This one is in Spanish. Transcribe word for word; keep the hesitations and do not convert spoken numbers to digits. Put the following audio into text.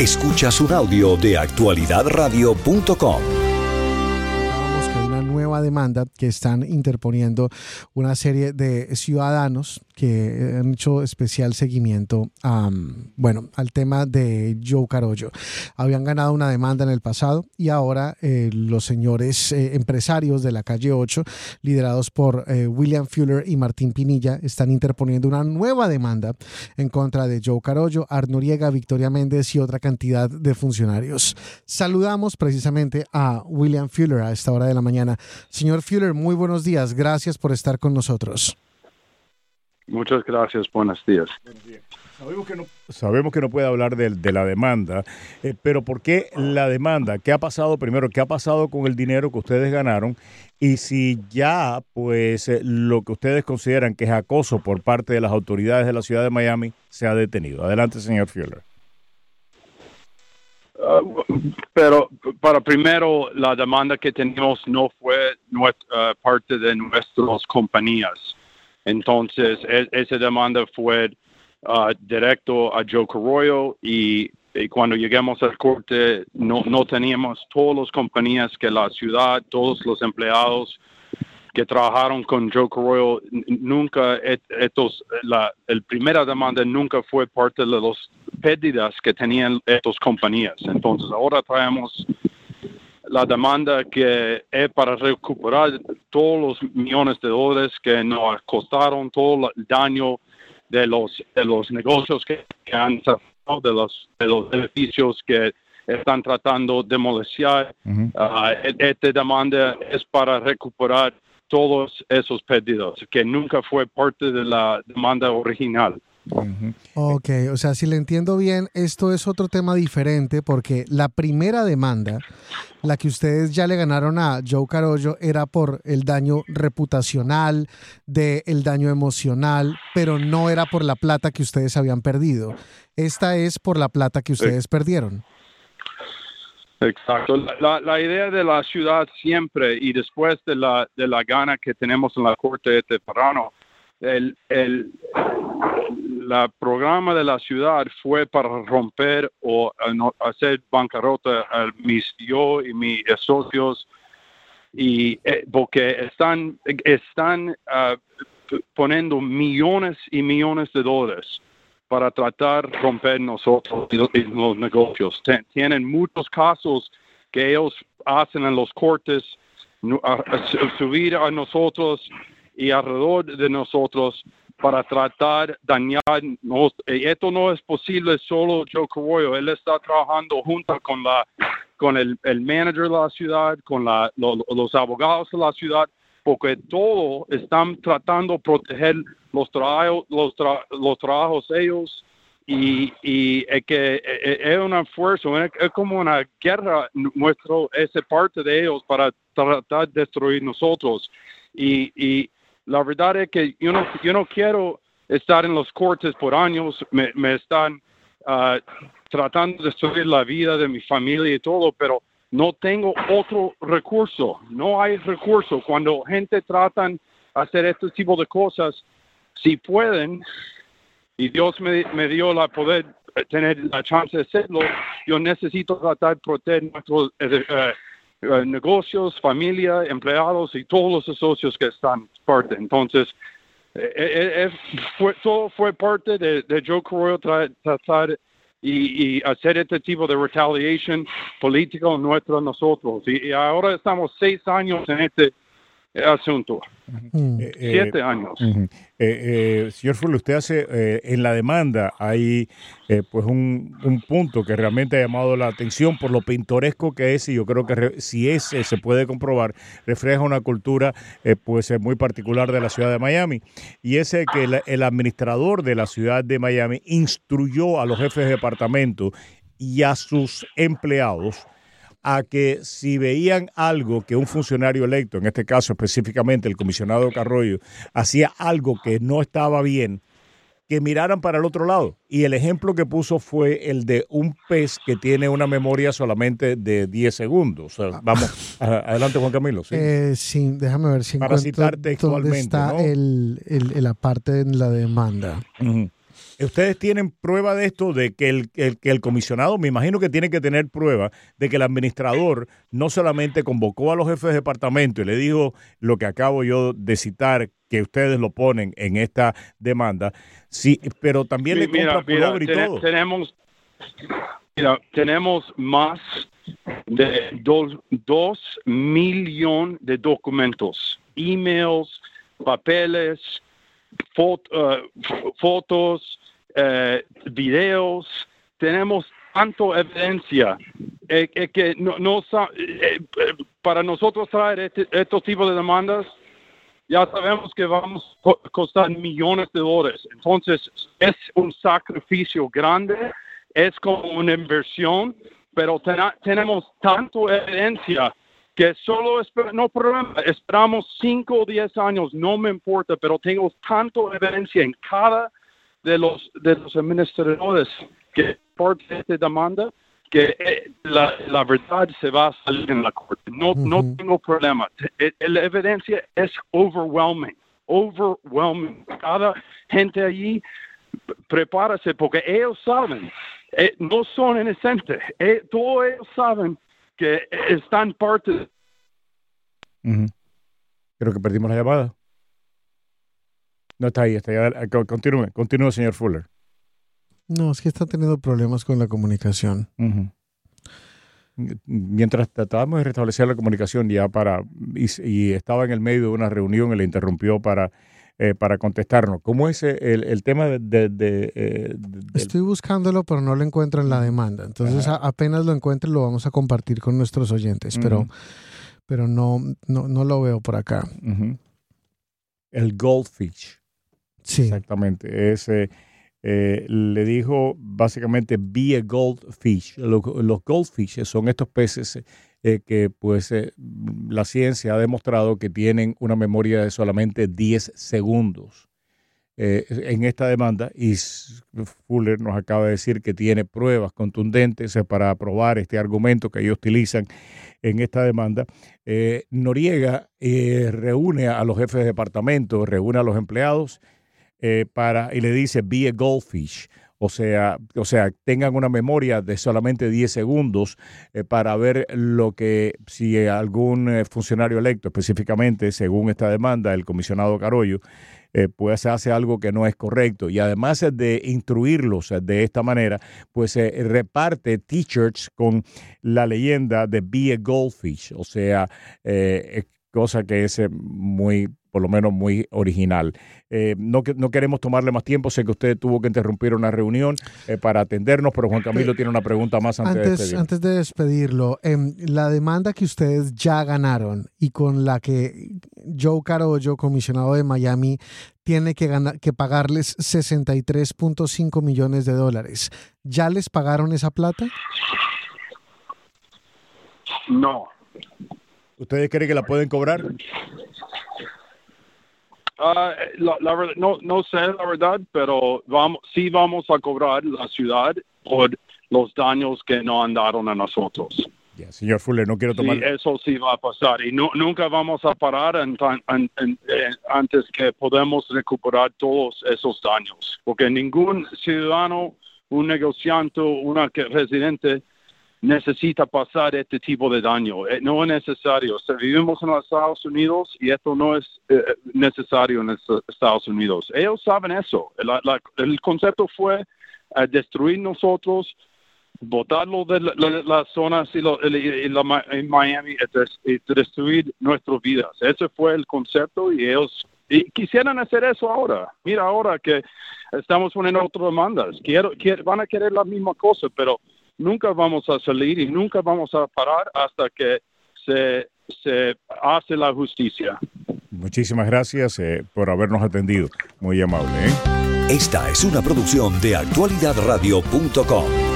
Escuchas un audio de actualidad radio punto com. Nueva demanda que están interponiendo una serie de ciudadanos que han hecho especial seguimiento a, bueno, al tema de Joe Carollo. Habían ganado una demanda en el pasado y ahora eh, los señores eh, empresarios de la calle ocho, liderados por eh, William Fuller y Martín Pinilla, están interponiendo una nueva demanda en contra de Joe Carollo, Art Noriega, Victoria Méndez y otra cantidad de funcionarios. Saludamos precisamente a William Fuller a esta hora de la mañana. Señor Fuller, muy buenos días. Gracias por estar con nosotros. Muchas gracias. Buenos días. Buenos días. Sabemos que no, sabemos que no puede hablar de, de la demanda, eh, pero ¿por qué la demanda? ¿Qué ha pasado primero? ¿Qué ha pasado con el dinero que ustedes ganaron? Y si ya, pues, eh, lo que ustedes consideran que es acoso por parte de las autoridades de la ciudad de Miami se ha detenido. Adelante, señor Fuller. Uh, pero para primero, la demanda que tenemos no fue nuestra, uh, parte de nuestras compañías. Entonces, e- esa demanda fue uh, directo a Joe Carollo y, y cuando llegamos al corte no, no teníamos todas las compañías que la ciudad, todos los empleados que trabajaron con Joe Carollo, nunca, estos, la el primera demanda nunca fue parte de las pérdidas que tenían estas compañías. Entonces, ahora traemos la demanda que es para recuperar todos los millones de dólares que nos costaron, todo el daño de los, de los negocios que, que han sufrido, de los, de los edificios que están tratando de demoler. Uh-huh. Uh, esta demanda es para recuperar todos esos pérdidas, que nunca fue parte de la demanda original. Uh-huh. Ok, o sea, si le entiendo bien, esto es otro tema diferente porque la primera demanda, la que ustedes ya le ganaron a Joe Carollo, era por el daño reputacional, de el daño emocional, pero no era por la plata que ustedes habían perdido. Esta es por la plata que ustedes sí. perdieron. Exacto. La, la idea de la ciudad siempre, y después de la de la gana que tenemos en la corte este verano, el, el la programa de la ciudad fue para romper o no, hacer bancarrota a mis yo y mis socios, y eh, porque están están uh, poniendo millones y millones de dólares para tratar de romper nosotros y los, y los negocios. Ten, tienen muchos casos que ellos hacen en los cortes, a, a subir a nosotros y alrededor de nosotros para tratar de dañarnos. Esto no es posible solo Joe Carollo. Él está trabajando junto con la con el, el manager de la ciudad, con la, lo, los abogados de la ciudad, porque todos están tratando de proteger los trabajos, los, tra, los trabajos de ellos, y, y es que es una fuerza, es, es como una guerra nuestro, esa parte de ellos para tratar de destruir nosotros. Y, y la verdad es que yo no, yo no quiero estar en los cortes por años, me, me están uh, tratando de destruir la vida de mi familia y todo, pero no tengo otro recurso, no hay recurso. Cuando gente trata de hacer este tipo de cosas, si pueden, y Dios me, me dio la poder tener la chance de hacerlo, yo necesito tratar de proteger nuestros eh, eh, negocios, familia, empleados y todos los socios que están parte. Entonces, eh, eh, fue, todo fue parte de, de Joe Carollo tra, tratar y, y hacer este tipo de retaliation político nuestro nosotros. Y, y ahora estamos seis años en este asunto. Uh-huh. Siete eh, años. Uh-huh. eh, eh, señor Fuller, usted hace eh, en la demanda hay eh, pues un, un punto que realmente ha llamado la atención por lo pintoresco que es, y yo creo que re, si ese se puede comprobar, refleja una cultura eh, pues eh, muy particular de la ciudad de Miami, y ese que el, el administrador de la ciudad de Miami instruyó a los jefes de departamento y a sus empleados a que si veían algo que un funcionario electo, en este caso específicamente el comisionado Carollo, hacía algo que no estaba bien, que miraran para el otro lado. Y el ejemplo que puso fue el de un pez que tiene una memoria solamente de diez segundos. O sea, vamos, adelante Juan Camilo. Sí, eh, sí déjame ver si para citar textualmente, dónde está ¿no? el, el, el, la parte en la demanda. Uh-huh. ¿Ustedes tienen prueba de esto, de que el, el, que el comisionado, me imagino que tiene que tener prueba de que el administrador no solamente convocó a los jefes de departamento y le dijo lo que acabo yo de citar, que ustedes lo ponen en esta demanda, sí, pero también le mira, compra mira, pullover y ten, todo? Tenemos, mira, tenemos más de dos, dos millones de documentos, emails, papeles, Fot, uh, fotos, eh, videos, tenemos tanto evidencia eh, eh, que no, no eh, para nosotros traer este, estos tipos de demandas, ya sabemos que vamos a costar millones de dólares. Entonces, es un sacrificio grande, es como una inversión, pero ten, tenemos tanto evidencia que solo esper- no problema, esperamos cinco o diez años, no me importa, pero tengo tanto evidencia en cada de los de los administradores que parte de esta demanda que eh, la, la verdad se va a salir en la corte. No, uh-huh. no tengo problema. La evidencia es overwhelming, overwhelming. Cada gente allí prepárase porque ellos saben, eh, no son inocentes, eh, todos ellos saben que están parte de... Uh-huh. Creo que perdimos la llamada. No está ahí, está ahí. Continúe, continúe, señor Fuller. No, es que está teniendo problemas con la comunicación. Uh-huh. Mientras tratábamos de restablecer la comunicación ya para... Y, y estaba en el medio de una reunión y le interrumpió para... Eh, para contestarnos. ¿Cómo es el, el tema de, de, de, eh, de... Estoy buscándolo, pero no lo encuentro en la demanda. Entonces, a, apenas lo encuentre, lo vamos a compartir con nuestros oyentes, uh-huh. pero, pero no, no, no lo veo por acá. Uh-huh. El Goldfish. Sí. Exactamente. Ese, eh, le dijo básicamente, be a goldfish. Los, los goldfish son estos peces Eh, que pues eh, la ciencia ha demostrado que tienen una memoria de solamente diez segundos eh, en esta demanda, y Fuller nos acaba de decir que tiene pruebas contundentes para probar este argumento que ellos utilizan en esta demanda. Eh, Noriega eh, reúne a los jefes de departamento, reúne a los empleados eh, para, y le dice be a goldfish. O sea, o sea, tengan una memoria de solamente diez segundos eh, para ver lo que, si algún eh, funcionario electo, específicamente, según esta demanda, el comisionado Carollo, eh, pues hace algo que no es correcto. Y además de instruirlos de esta manera, pues eh, reparte t-shirts con la leyenda de Be a Goldfish. O sea, eh, cosa que es muy... por lo menos muy original. Eh, no, no queremos tomarle más tiempo, sé que usted tuvo que interrumpir una reunión eh, para atendernos, pero Juan Camilo tiene una pregunta más antes, antes de despedirlo. Antes de despedirlo, eh, la demanda que ustedes ya ganaron y con la que Joe Carollo, comisionado de Miami, tiene que, ganar, que pagarles sesenta y tres punto cinco millones de dólares, ¿ya les pagaron esa plata? No. ¿Ustedes creen que la pueden cobrar? Uh, la, la verdad, no, no sé la verdad, pero vamos, sí vamos a cobrar la ciudad por los daños que no andaron a nosotros. Yeah, señor Fuller, no quiero tomar... Sí, eso sí va a pasar y no, nunca vamos a parar en, en, en, en, antes que podamos recuperar todos esos daños, porque ningún ciudadano, un negociante, un residente necesita pasar este tipo de daño. Eh, no es necesario. O sea, vivimos en los Estados Unidos y esto no es eh, necesario en los Estados Unidos. Ellos saben eso. La, la, el concepto fue uh, destruir nosotros, botarlo de las la, la zonas y, lo, y, y la, en Miami y destruir nuestras vidas. Ese fue el concepto y ellos y quisieran hacer eso ahora. Mira, ahora que estamos poniendo otras demandas. Quiero, quiero, van a querer la misma cosa, pero nunca vamos a salir y nunca vamos a parar hasta que se, se hace la justicia. Muchísimas gracias eh, por habernos atendido. Muy amable. ¿eh? Esta es una producción de actualidad radio punto com.